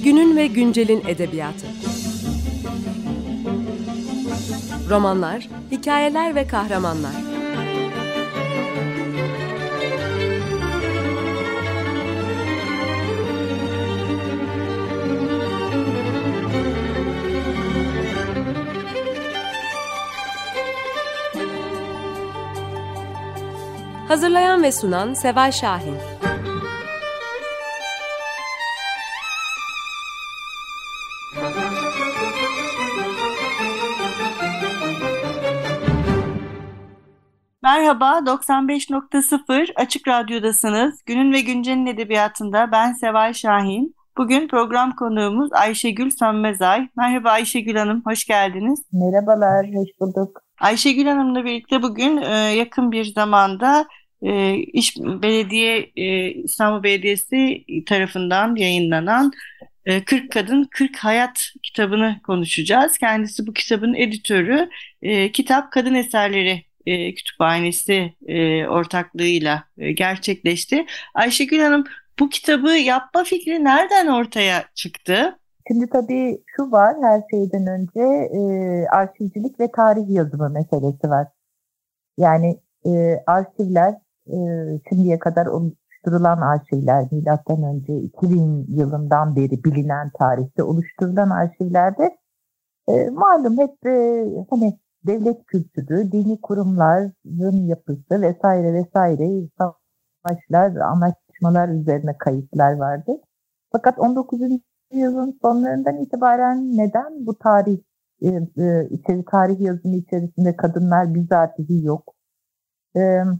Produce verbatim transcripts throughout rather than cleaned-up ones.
Günün ve güncelin edebiyatı. Romanlar, hikayeler ve kahramanlar. Hazırlayan ve sunan Seval Şahin. Merhaba, doksan beş nokta sıfır Açık Radyo'dasınız. Günün ve Güncel'in edebiyatında ben Seval Şahin. Bugün program konuğumuz Ayşegül Sönmezay. Merhaba Ayşegül Hanım, hoş geldiniz. Merhabalar, hoş bulduk. Ayşegül Hanım'la birlikte bugün e, yakın bir zamanda e, İş Belediye e, İstanbul Belediyesi tarafından yayınlanan e, kırk Kadın kırk Hayat kitabını konuşacağız. Kendisi bu kitabın editörü. E, kitap Kadın Eserleri e, Kütüphanesi e, ortaklığıyla e, gerçekleşti. Ayşegül Hanım, bu kitabı yapma fikri nereden ortaya çıktı? Şimdi tabii şu var, her şeyden önce e, arşivcilik ve tarih yazımı meselesi var. Yani e, arşivler, e, şimdiye kadar oluşturulan arşivler, milattan önce iki bin yılından beri bilinen tarihte oluşturulan arşivlerde e, malum hep e, hani devlet kültürü, dini kurumların yapısı vesaire vesaire, savaşlar, anlaşmalar üzerine kayıtlar vardı. Fakat on dokuzuncu yüzyılın sonlarından itibaren neden bu tarih e, e, içeri tarih yazımı içerisinde kadınlar bizatihi yok? E,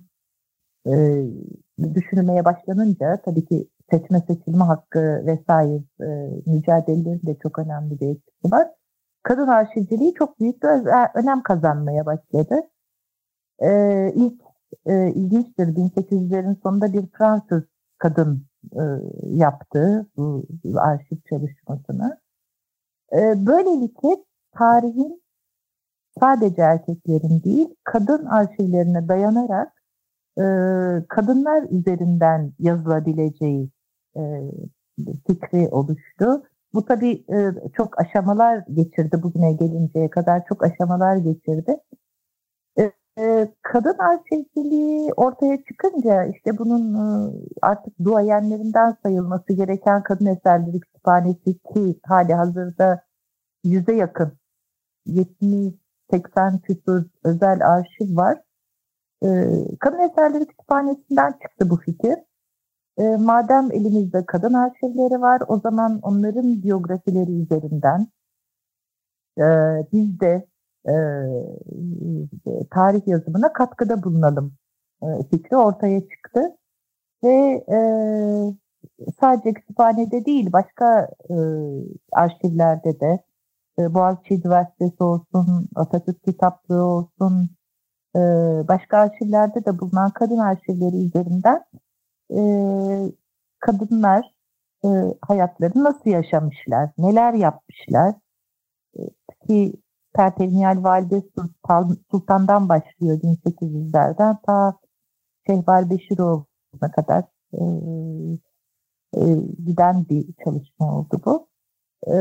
e, Düşünülmeye başlanınca tabii ki seçme seçilme hakkı vesaire e, mücadelelerin de çok önemli bir etkisi var. Kadın arşivciliği çok büyük bir öz- önem kazanmaya başladı. E, ilk e, ilginçtir, bin sekiz yüzlerin sonunda bir Fransız kadın e, yaptı bu, bu arşiv çalışmasını. E, böylelikle tarihin sadece erkeklerin değil, kadın arşivlerine dayanarak e, kadınlar üzerinden yazılabileceği e, fikri oluştu. Bu tabii e, çok aşamalar geçirdi, bugüne gelinceye kadar çok aşamalar geçirdi. E, e, Kadın arşivciliği ortaya çıkınca işte bunun e, artık duayenlerinden sayılması gereken Kadın Eserleri Kütüphanesi, ki hali hazırda yüze yakın, yetmiş seksen küsur özel arşiv var. E, Kadın Eserleri Kütüphanesi'nden çıktı bu fikir. E, madem elimizde kadın arşivleri var, o zaman onların biyografileri üzerinden e, biz de e, tarih yazımına katkıda bulunalım e, fikri ortaya çıktı. Ve e, sadece kütüphanede değil, başka e, arşivlerde de, e, Boğaziçi Üniversitesi olsun, Atatürk Kitaplığı olsun, e, başka arşivlerde de bulunan kadın arşivleri üzerinden e, kadınlar e, hayatlarını nasıl yaşamışlar, neler yapmışlar, e, ki Pertevniyal Valide Sultan, Sultan'dan başlıyor bin sekiz yüzlerden ta Şehbar Beşiroğlu'na kadar e, e, giden bir çalışma oldu bu. E,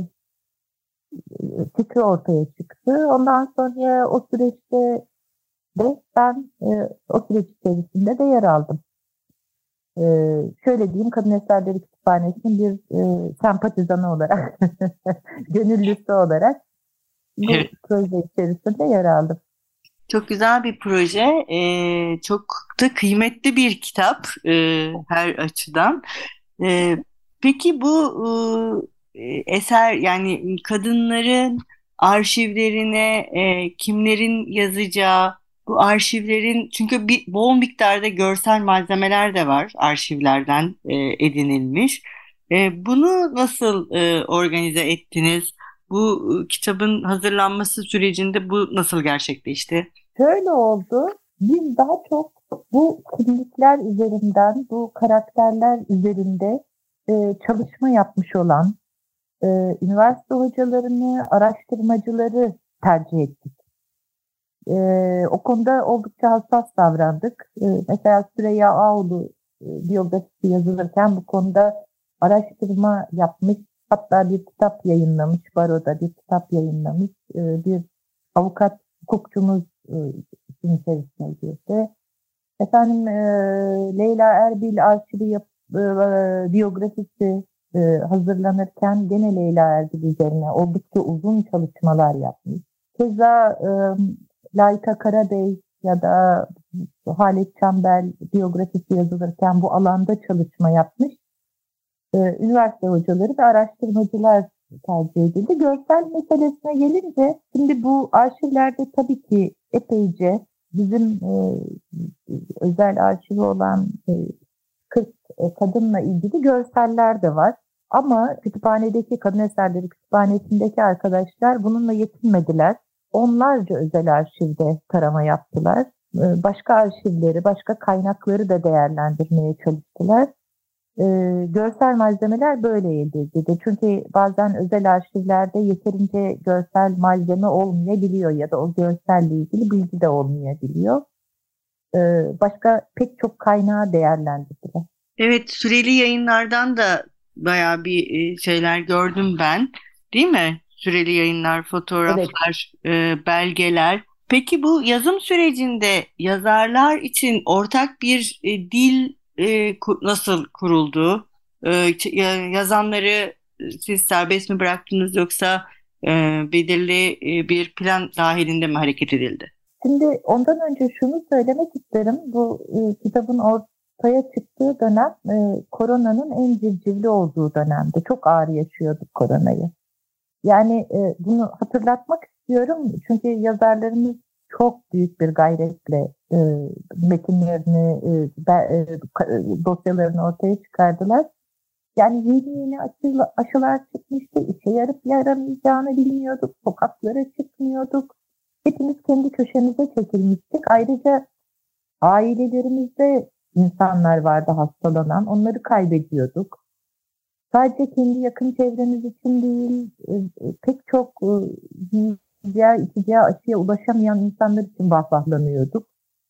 Fikri ortaya çıktı. Ondan sonra o süreçte de ben e, o süreç içerisinde de yer aldım. E, Şöyle diyeyim, Kadın Eserleri Kütüphanesi'nin bir e, sempatizanı olarak, gönüllüsü olarak bu Evet. proje içerisinde yer aldım. Çok güzel bir proje, Ee, çok da kıymetli bir kitap e, her açıdan. Ee, peki bu e, eser, yani kadınların arşivlerine e, kimlerin yazacağı, bu arşivlerin, çünkü bir bol miktarda görsel malzemeler de var arşivlerden e, edinilmiş. E, bunu nasıl e, organize ettiniz? Bu e, kitabın hazırlanması sürecinde bu nasıl gerçekleşti? Şöyle oldu, biz daha çok bu kimlikler üzerinden, bu karakterler üzerinde e, çalışma yapmış olan e, üniversite hocalarını, araştırmacıları tercih ettik. E, O konuda oldukça hassas davrandık. E, mesela Süreyya Ağoğlu e, biyografisi yazılırken bu konuda araştırma yapmış Hatta bir kitap yayınlamış, baroda bir kitap yayınlamış. E, bir avukat, hukukçumuz e, işin içerisine girdi. Efendim e, Leyla Erbil arşivi yap, e, biyografisi e, hazırlanırken gene Leyla Erbil üzerine oldukça uzun çalışmalar yapmış. Keza e, Layıka Karabey ya da Halit Çambel biyografisi yazılırken bu alanda çalışma yapmış. E, üniversite hocaları ve araştırmacılar tercih edildi. Görsel meselesine gelince, şimdi bu arşivlerde tabii ki epeyce bizim e, özel arşivi olan e, kırk e, kadınla ilgili görseller de var. Ama kütüphanedeki, Kadın Eserleri Kütüphanesi'ndeki arkadaşlar bununla yetinmediler. Onlarca özel arşivde tarama yaptılar. E, başka arşivleri, başka kaynakları da değerlendirmeye çalıştılar. E, görsel malzemeler böyle elde edildi. Çünkü bazen özel arşivlerde yeterince görsel malzeme olmayabiliyor ya da o görselle ilgili bilgi de olmayabiliyor. E, başka pek çok kaynağı değerlendirdiler. Evet, süreli yayınlardan da bayağı bir e, şeyler gördüm ben, değil mi? Süreli yayınlar, fotoğraflar, e, belgeler. Peki bu yazım sürecinde yazarlar için ortak bir e, dil e, ku- nasıl kuruldu? E, ç- ya- yazanları e, siz serbest mi bıraktınız yoksa e, belirli e, bir plan dahilinde mi hareket edildi? Şimdi ondan önce şunu söylemek isterim. Bu e, kitabın ortaya çıktığı dönem e, koronanın en civcivli olduğu dönemde. Çok ağır yaşıyorduk koronayı. Yani e, bunu hatırlatmak istiyorum. Çünkü yazarlarımız çok büyük bir gayretle e, metinlerini, e, be, e, dosyalarını ortaya çıkardılar. Yani yeni yeni aşı, aşılar çıkmıştı. İşe yarıp yaramayacağını bilmiyorduk. Sokaklara çıkmıyorduk. Hepimiz kendi köşemize çekilmiştik. Ayrıca ailelerimizde insanlar vardı hastalanan. Onları kaybediyorduk. Sadece kendi yakın çevremiz için değil, pek çok yiyeceği, içeceği aşıya ulaşamayan insanlar için vahvahlanıyorduk.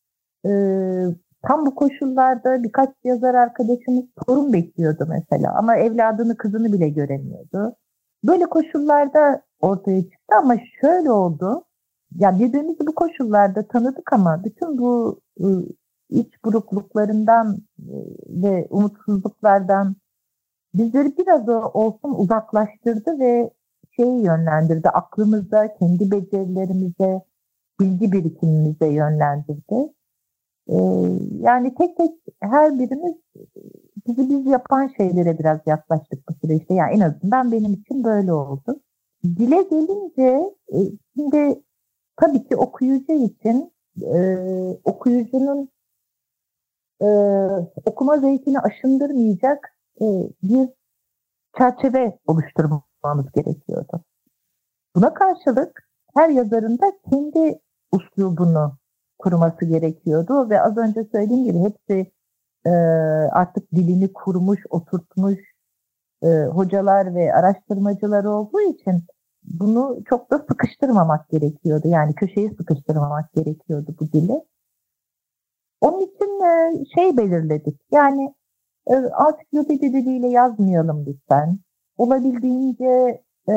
Tam bu koşullarda birkaç yazar arkadaşımız torun bekliyordu mesela ama evladını, kızını bile göremiyordu. Böyle koşullarda ortaya çıktı ama şöyle oldu. Ya birbirimizi bu koşullarda tanıdık ama bütün bu iç burukluklarından ve umutsuzluklardan bizleri biraz olsun uzaklaştırdı ve şeyi yönlendirdi. Aklımıza, kendi becerilerimize, bilgi birikimimize yönlendirdi. Ee, yani tek tek her birimiz bizi biz yapan şeylere biraz yaklaştık bu süreçte. Yani en azından benim için böyle oldu. Dile gelince e, şimdi tabii ki okuyucu için e, okuyucunun e, okuma zevkini aşındırmayacak e, bir çerçeve oluşturmamız gerekiyordu. Buna karşılık her yazarın da kendi üslubunu kurması gerekiyordu ve az önce söylediğim gibi hepsi e, artık dilini kurmuş, oturtmuş e, hocalar ve araştırmacılar olduğu için bunu çok da sıkıştırmamak gerekiyordu. Yani köşeyi sıkıştırmamak gerekiyordu bu dili. Onun için e, şey belirledik. Yani e, ansiklopedi diliyle yazmayalım lütfen. Olabildiğince e,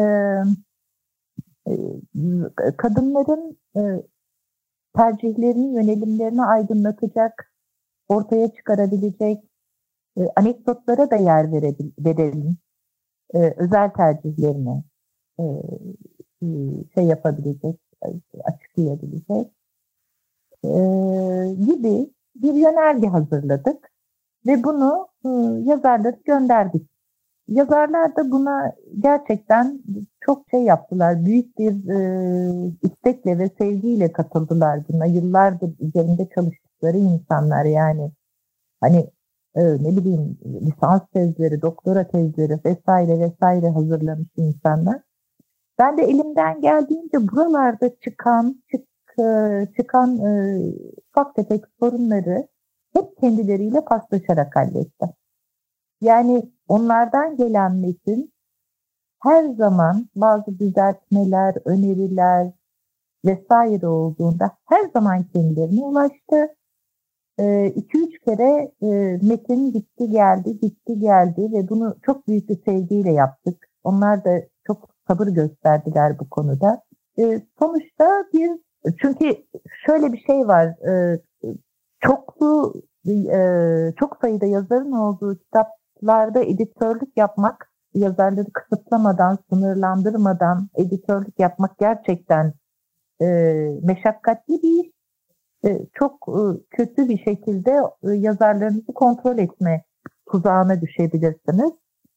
e, kadınların e, tercihlerini, yönelimlerini aydınlatacak, ortaya çıkarabilecek e, anekdotlara da yer verebil- verelim. E, özel tercihlerini e, e, şey yapabilecek, açıklayabilecek e, gibi bir yönerge hazırladık ve bunu e, yazarlara gönderdik. Yazarlar da buna gerçekten çok şey yaptılar. Büyük bir e, istekle ve sevgiyle katıldılar buna. Yıllardır üzerinde çalıştıkları insanlar yani. Hani e, ne bileyim lisans tezleri, doktora tezleri vesaire vesaire hazırlamış insanlar. Ben de elimden geldiğince buralarda çıkan çık, e, çıkan e, ufak tefek sorunları hep kendileriyle paslaşarak hallettim. Yani onlardan gelen metin her zaman bazı düzeltmeler, öneriler vesaire olduğunda her zaman kendilerine ulaştı. iki üç kere e, metin gitti geldi, gitti geldi ve bunu çok büyük bir sevgiyle yaptık. onlar da çok sabır gösterdiler bu konuda. E, sonuçta bir, çünkü şöyle bir şey var, e, çoklu e, çok sayıda yazarın olduğu kitaplarda editörlük yapmak, yazarları kısıtlamadan, sınırlandırmadan editörlük yapmak gerçekten e, meşakkatli bir iş. E, çok e, kötü bir şekilde e, yazarlarınızı kontrol etme tuzağına düşebilirsiniz.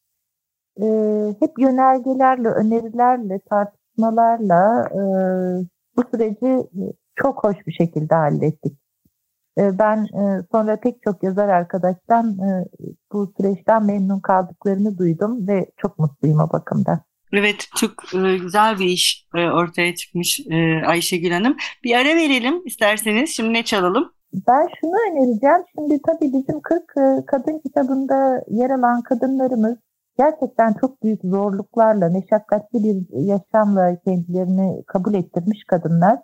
E, hep yönergelerle, önerilerle, tartışmalarla e, bu süreci çok hoş bir şekilde hallettik. E, ben e, sonra pek çok yazar arkadaştan e, bu süreçten memnun kaldıklarını duydum ve çok mutluyum o bakımda. Evet, çok e, güzel bir iş e, ortaya çıkmış e, Ayşegül Hanım. Bir ara verelim isterseniz. Şimdi ne çalalım? Ben şunu önereceğim. Şimdi tabii bizim kırk e, Kadın kitabında yer alan kadınlarımız gerçekten çok büyük zorluklarla, meşakkatli bir yaşamla kendilerini kabul ettirmiş kadınlar.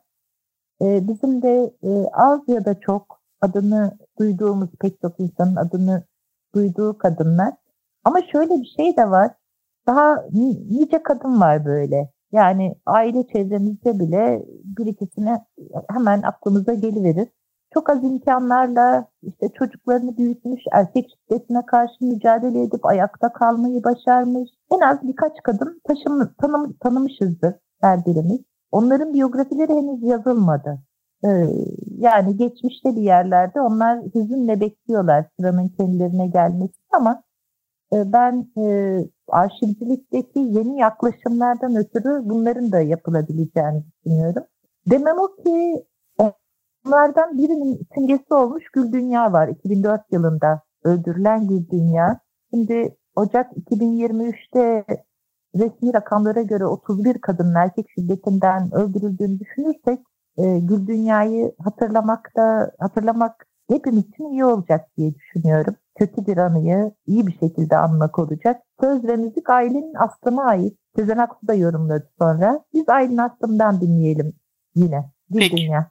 E, bizim de e, az ya da çok adını duyduğumuz, pek çok insanın adını duyduğu kadınlar. Ama şöyle bir şey de var. Daha nice kadın var böyle. Yani aile çevremizde bile bir ikisine hemen aklımıza geliverir. Çok az imkanlarla işte çocuklarını büyütmüş, erkek şiddetine karşı mücadele edip ayakta kalmayı başarmış. En az birkaç kadın taşım, tanım, tanımışızdır her birimiz. Onların biyografileri henüz yazılmadı. Ee, yani geçmişte bir yerlerde onlar hüzünle bekliyorlar sıranın kendilerine gelmesi ama e, ben e, arşivcilikteki yeni yaklaşımlardan ötürü bunların da yapılabileceğini düşünüyorum. Demem o ki onlardan birinin simgesi olmuş Gül Dünya var. iki bin dört yılında öldürülen Gül Dünya. Şimdi Ocak iki bin yirmi üçte resmi rakamlara göre otuz bir kadının erkek şiddetinden öldürüldüğünü düşünürsek e, Gül Dünya'yı hatırlamakta hatırlamak hepimiz için iyi olacak diye düşünüyorum. Kötü bir anıyı iyi bir şekilde anmak olacak. Söz ve müzik Aylin Aslım'a ait. Sezen Aksu da yorumladı sonra. Biz Aylin Aslım'dan dinleyelim yine. Gül Peki. Dünya.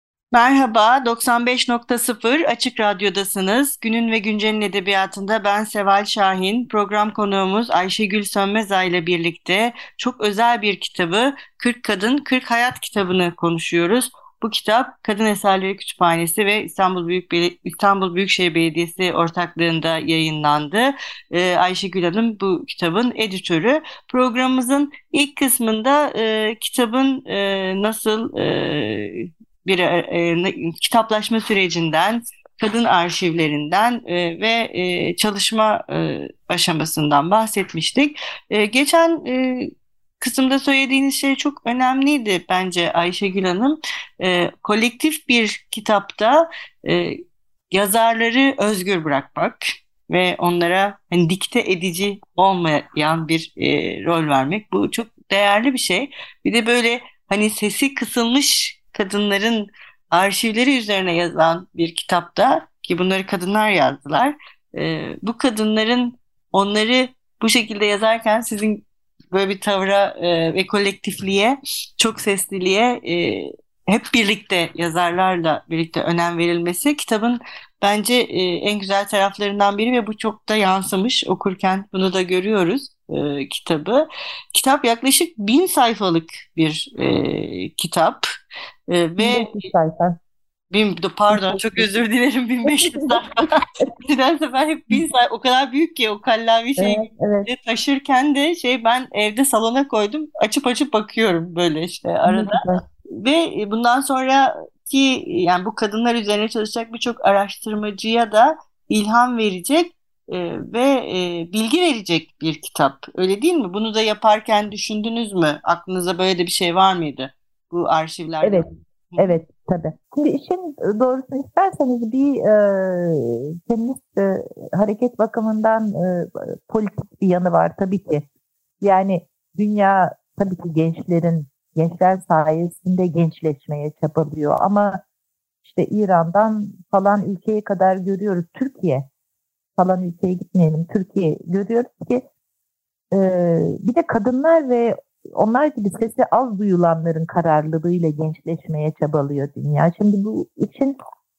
Merhaba, doksan beş nokta sıfır Açık Radyo'dasınız. Günün ve Güncel'in edebiyatında ben Seval Şahin, program konuğumuz Ayşegül Sönmezay ile birlikte çok özel bir kitabı kırk Kadın kırk Hayat kitabını konuşuyoruz. Bu kitap Kadın Eserleri Kütüphanesi ve İstanbul Büyük Bel- İstanbul Büyükşehir Belediyesi ortaklığında yayınlandı. Ee, Ayşegül Hanım bu kitabın editörü. Programımızın ilk kısmında e, kitabın e, nasıl e, bir e, kitaplaşma sürecinden, kadın arşivlerinden e, ve e, çalışma e, aşamasından bahsetmiştik. E, geçen e, kısımda söylediğiniz şey çok önemliydi bence Ayşegül Hanım. E, kolektif bir kitapta e, yazarları özgür bırakmak ve onlara hani dikte edici olmayan bir e, rol vermek, bu çok değerli bir şey. Bir de böyle hani sesi kısılmış kadınların arşivleri üzerine yazılan bir kitapta, ki bunları kadınlar yazdılar. E, bu kadınların onları bu şekilde yazarken sizin böyle bir tavra e, ve kolektifliğe, çok sesliliğe e, hep birlikte yazarlarla birlikte önem verilmesi kitabın bence e, en güzel taraflarından biri ve bu çok da yansımış. Okurken bunu da görüyoruz e, kitabı. Kitap yaklaşık bin sayfalık bir e, kitap. E, ve bin beş yüz sayfa. bin, pardon çok özür dilerim, bin beş yüz sayfa. Nedense ben hep bin sayfa, o kadar büyük ki o kallavi şey Evet, evet. taşırken de şey, ben evde salona koydum, açıp açıp bakıyorum böyle işte Ne arada. güzel. Ve bundan sonraki, yani bu kadınlar üzerine çalışacak birçok araştırmacıya da ilham verecek e, ve e, bilgi verecek bir kitap. Öyle değil mi? Bunu da yaparken düşündünüz mü? Aklınıza böyle de bir şey var mıydı bu arşivlerde? Evet, evet tabii. Şimdi işin doğrusunu isterseniz bir e, feminist e, hareket bakımından e, politik bir yanı var tabii ki. Yani dünya tabii ki gençlerin, gençler sayesinde gençleşmeye çabalıyor ama işte İran'dan falan ülkeye kadar görüyoruz. Türkiye falan ülkeye gitmeyelim. Türkiye görüyoruz ki e, bir de kadınlar ve onlar gibi sesi az duyulanların kararlılığıyla gençleşmeye çabalıyor dünya. Şimdi bu için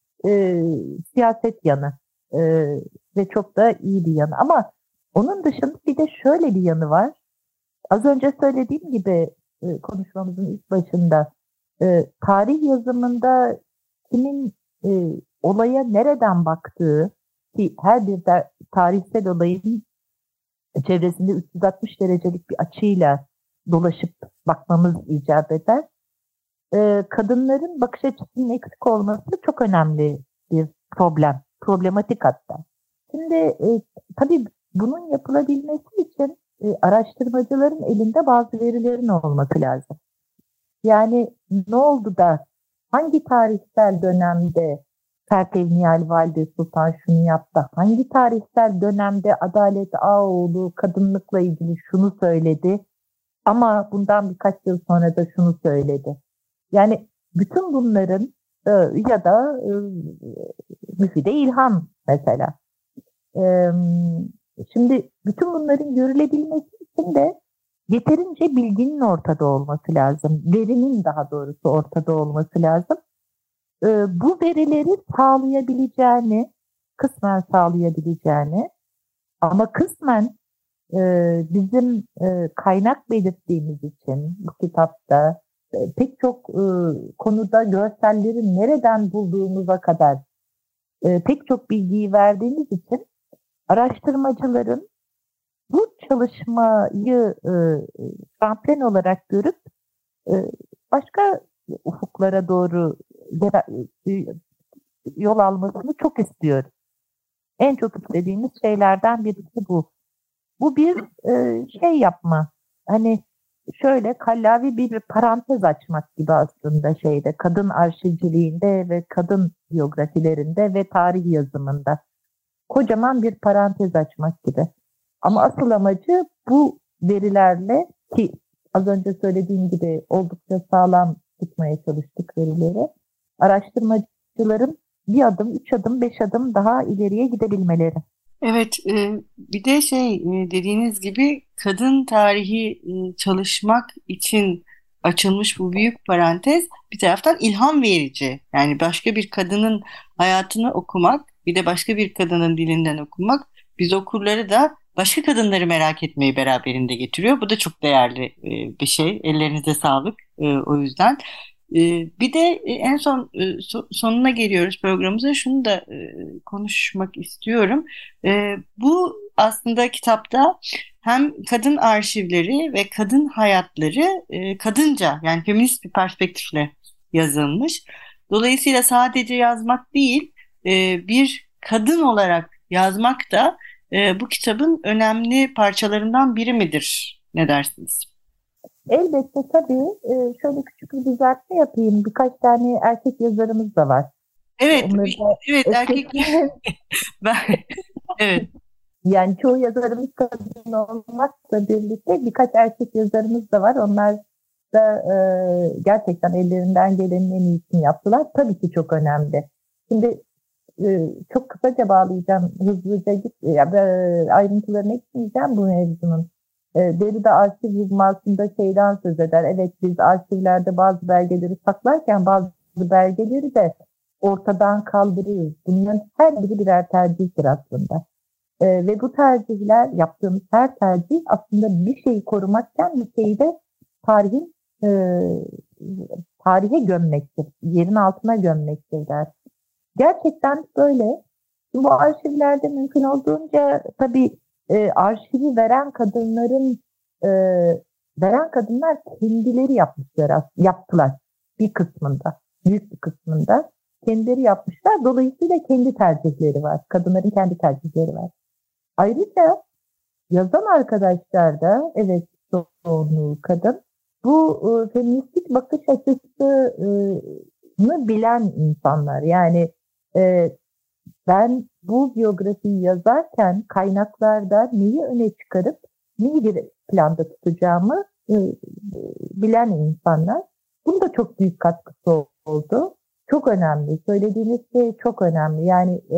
e, siyaset yanı e, ve çok da iyi bir yanı. Ama onun dışında bir de şöyle bir yanı var. Az önce söylediğim gibi e, konuşmamızın ilk başında e, tarih yazımında kimin e, olaya nereden baktığı, ki her bir de, tarihsel olayın çevresinde üç yüz altmış derecelik bir açıyla dolaşıp bakmamız icap eder. E, kadınların bakış açısının eksik olması çok önemli bir problem, problematik hatta. Şimdi e, tabii bunun yapılabilmesi için e, araştırmacıların elinde bazı verilerin olması lazım. Yani ne oldu da hangi tarihsel dönemde Pertev Nihal Valide Sultan şunu yaptı, hangi tarihsel dönemde Adalet Ağaoğlu kadınlıkla ilgili şunu söyledi ama bundan birkaç yıl sonra da şunu söyledi. Yani bütün bunların e, ya da e, Müfide İlhan mesela. E, şimdi bütün bunların görülebilmesi için de yeterince bilginin ortada olması lazım. Verinin daha doğrusu ortada olması lazım. E, bu verileri sağlayabileceğini, kısmen sağlayabileceğini ama kısmen e, bizim e, kaynak belirttiğimiz için bu kitapta e, pek çok e, konuda görselleri nereden bulduğumuza kadar e, pek çok bilgiyi verdiğimiz için araştırmacıların bu çalışmayı e, tramplen olarak görüp e, başka ufuklara doğru e, yol almasını çok istiyorum. En çok istediğimiz şeylerden birisi bu. Bu bir e, şey yapma. Hani şöyle kallavi bir, bir parantez açmak gibi aslında şeyde, kadın arşivciliğinde ve kadın biyografilerinde ve tarih yazımında. Kocaman bir parantez açmak gibi. Ama asıl amacı bu verilerle, ki az önce söylediğim gibi oldukça sağlam tutmaya çalıştık verileri, araştırmacıların bir adım, üç adım, beş adım daha ileriye gidebilmeleri. Evet, e, bir de şey e, dediğiniz gibi kadın tarihi e, çalışmak için açılmış bu büyük parantez bir taraftan ilham verici. Yani başka bir kadının hayatını okumak, bir de başka bir kadının dilinden okumak, biz okurları da başka kadınları merak etmeyi beraberinde getiriyor. Bu da çok değerli e, bir şey. Ellerinize sağlık e, o yüzden. E, Bir de e, en son e, so- sonuna geliyoruz programımıza. Şunu da e, konuşmak istiyorum. E, bu aslında kitapta hem kadın arşivleri ve kadın hayatları e, kadınca yani feminist bir perspektifle yazılmış. Dolayısıyla sadece yazmak değil, e, bir kadın olarak yazmak da e, bu kitabın önemli parçalarından biri midir? Ne dersiniz? Elbette tabii. E, şöyle küçük bir düzeltme yapayım. Birkaç tane erkek yazarımız da var. Evet, Onları da evet erkek ekleyelim. ben evet. Yani çoğu yazarımız kadın olmakla birlikte birkaç erkek yazarımız da var. Onlar da e, gerçekten ellerinden gelenin en iyisini yaptılar. Tabii ki çok önemli. Şimdi e, çok kısaca bağlayacağım. Hızlıca git, ya, e, ayrıntılarına gitmeyeceğim bu mevzunun. E, Derrida arşiv hizmasında şeyden söz eder. Evet, biz arşivlerde bazı belgeleri saklarken bazı belgeleri de ortadan kaldırıyoruz. Bunların her biri birer tercihtir aslında. Ee, ve bu tercihler, yaptığımız her tercih aslında bir şeyi korumakken bir şeyi de tarihin e, tarihe gömmektir, yerin altına gömmektir der. Gerçekten böyle. Bu arşivlerde mümkün olduğunca tabii e, arşivi veren kadınların e, veren kadınlar kendileri yapmışlar, yaptılar bir kısmında, büyük bir kısmında kendileri yapmışlar. Dolayısıyla kendi tercihleri var, kadınların kendi tercihleri var. Ayrıca yazan arkadaşlar da evet çoğunluğu kadın. Bu e, feministik bakış açısını bilen insanlar. Yani e, ben bu biyografiyi yazarken kaynaklarda neyi öne çıkarıp neyi bir planda tutacağımı e, bilen insanlar. Bunun da çok büyük katkısı oldu. Çok önemli. Söylediğiniz şey çok önemli. Yani e,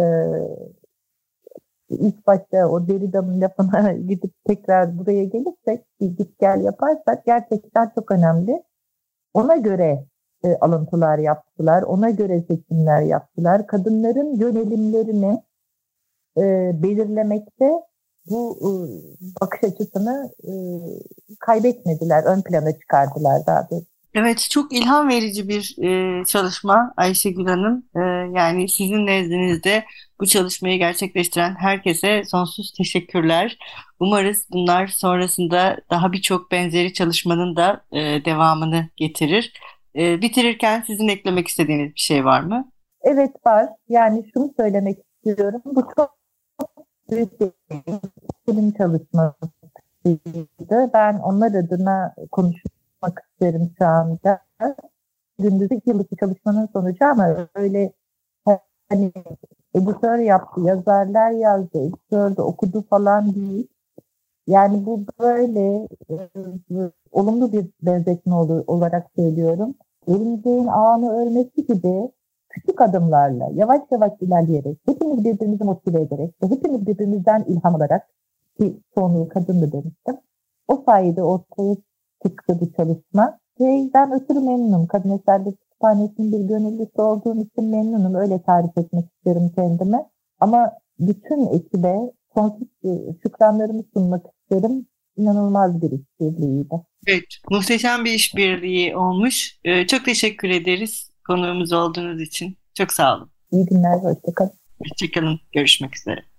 ilk başta o Derrida'nın lafına gidip tekrar buraya gelirsek, bir git gel yaparsak gerçekten çok önemli. Ona göre e, alıntılar yaptılar, ona göre seçimler yaptılar. Kadınların yönelimlerini e, belirlemekte bu e, bakış açısını e, kaybetmediler, ön plana çıkardılar daha doğrusu. Evet, çok ilham verici bir e, çalışma Ayşegül Hanım. E, yani sizin nezdinizde bu çalışmayı gerçekleştiren herkese sonsuz teşekkürler. Umarız bunlar sonrasında daha birçok benzeri çalışmanın da e, devamını getirir. E, bitirirken sizin eklemek istediğiniz bir şey var mı? Evet var. Yani şunu söylemek istiyorum. Bu çok büyük bir bilim çalışmasıydı. Ben onlar adına konuşmak isterim şu anda. Gündüz iki yıllık bir çalışmanın sonucu ama öyle hani editör yaptı, yazarlar yazdı, editör de okudu falan değil. Yani bu böyle e, olumlu bir benzetme ol- olarak söylüyorum. Örümceğin ağını örmesi gibi küçük adımlarla, yavaş yavaş ilerleyerek, hepimiz birbirimizi motive ederek ve hepimiz birbirimizden ilham alarak, ki çoğunluğu kadındı demiştim. O sayede ortaya çıktı bu çalışma. Ve ben ötürü memnunum. Kadın Eserler Kütüphanesi'nin bir gönüllüsü olduğum için memnunum. Öyle tarif etmek isterim kendime. Ama bütün ekibe sonsuz şükranlarımı sunmak isterim. İnanılmaz bir işbirliğiydi. Evet, muhteşem bir işbirliği olmuş. E, çok teşekkür ederiz konuğumuz olduğunuz için. Çok sağ olun. İyi günler, hoşça kalın. Hoşçakalın, görüşmek üzere.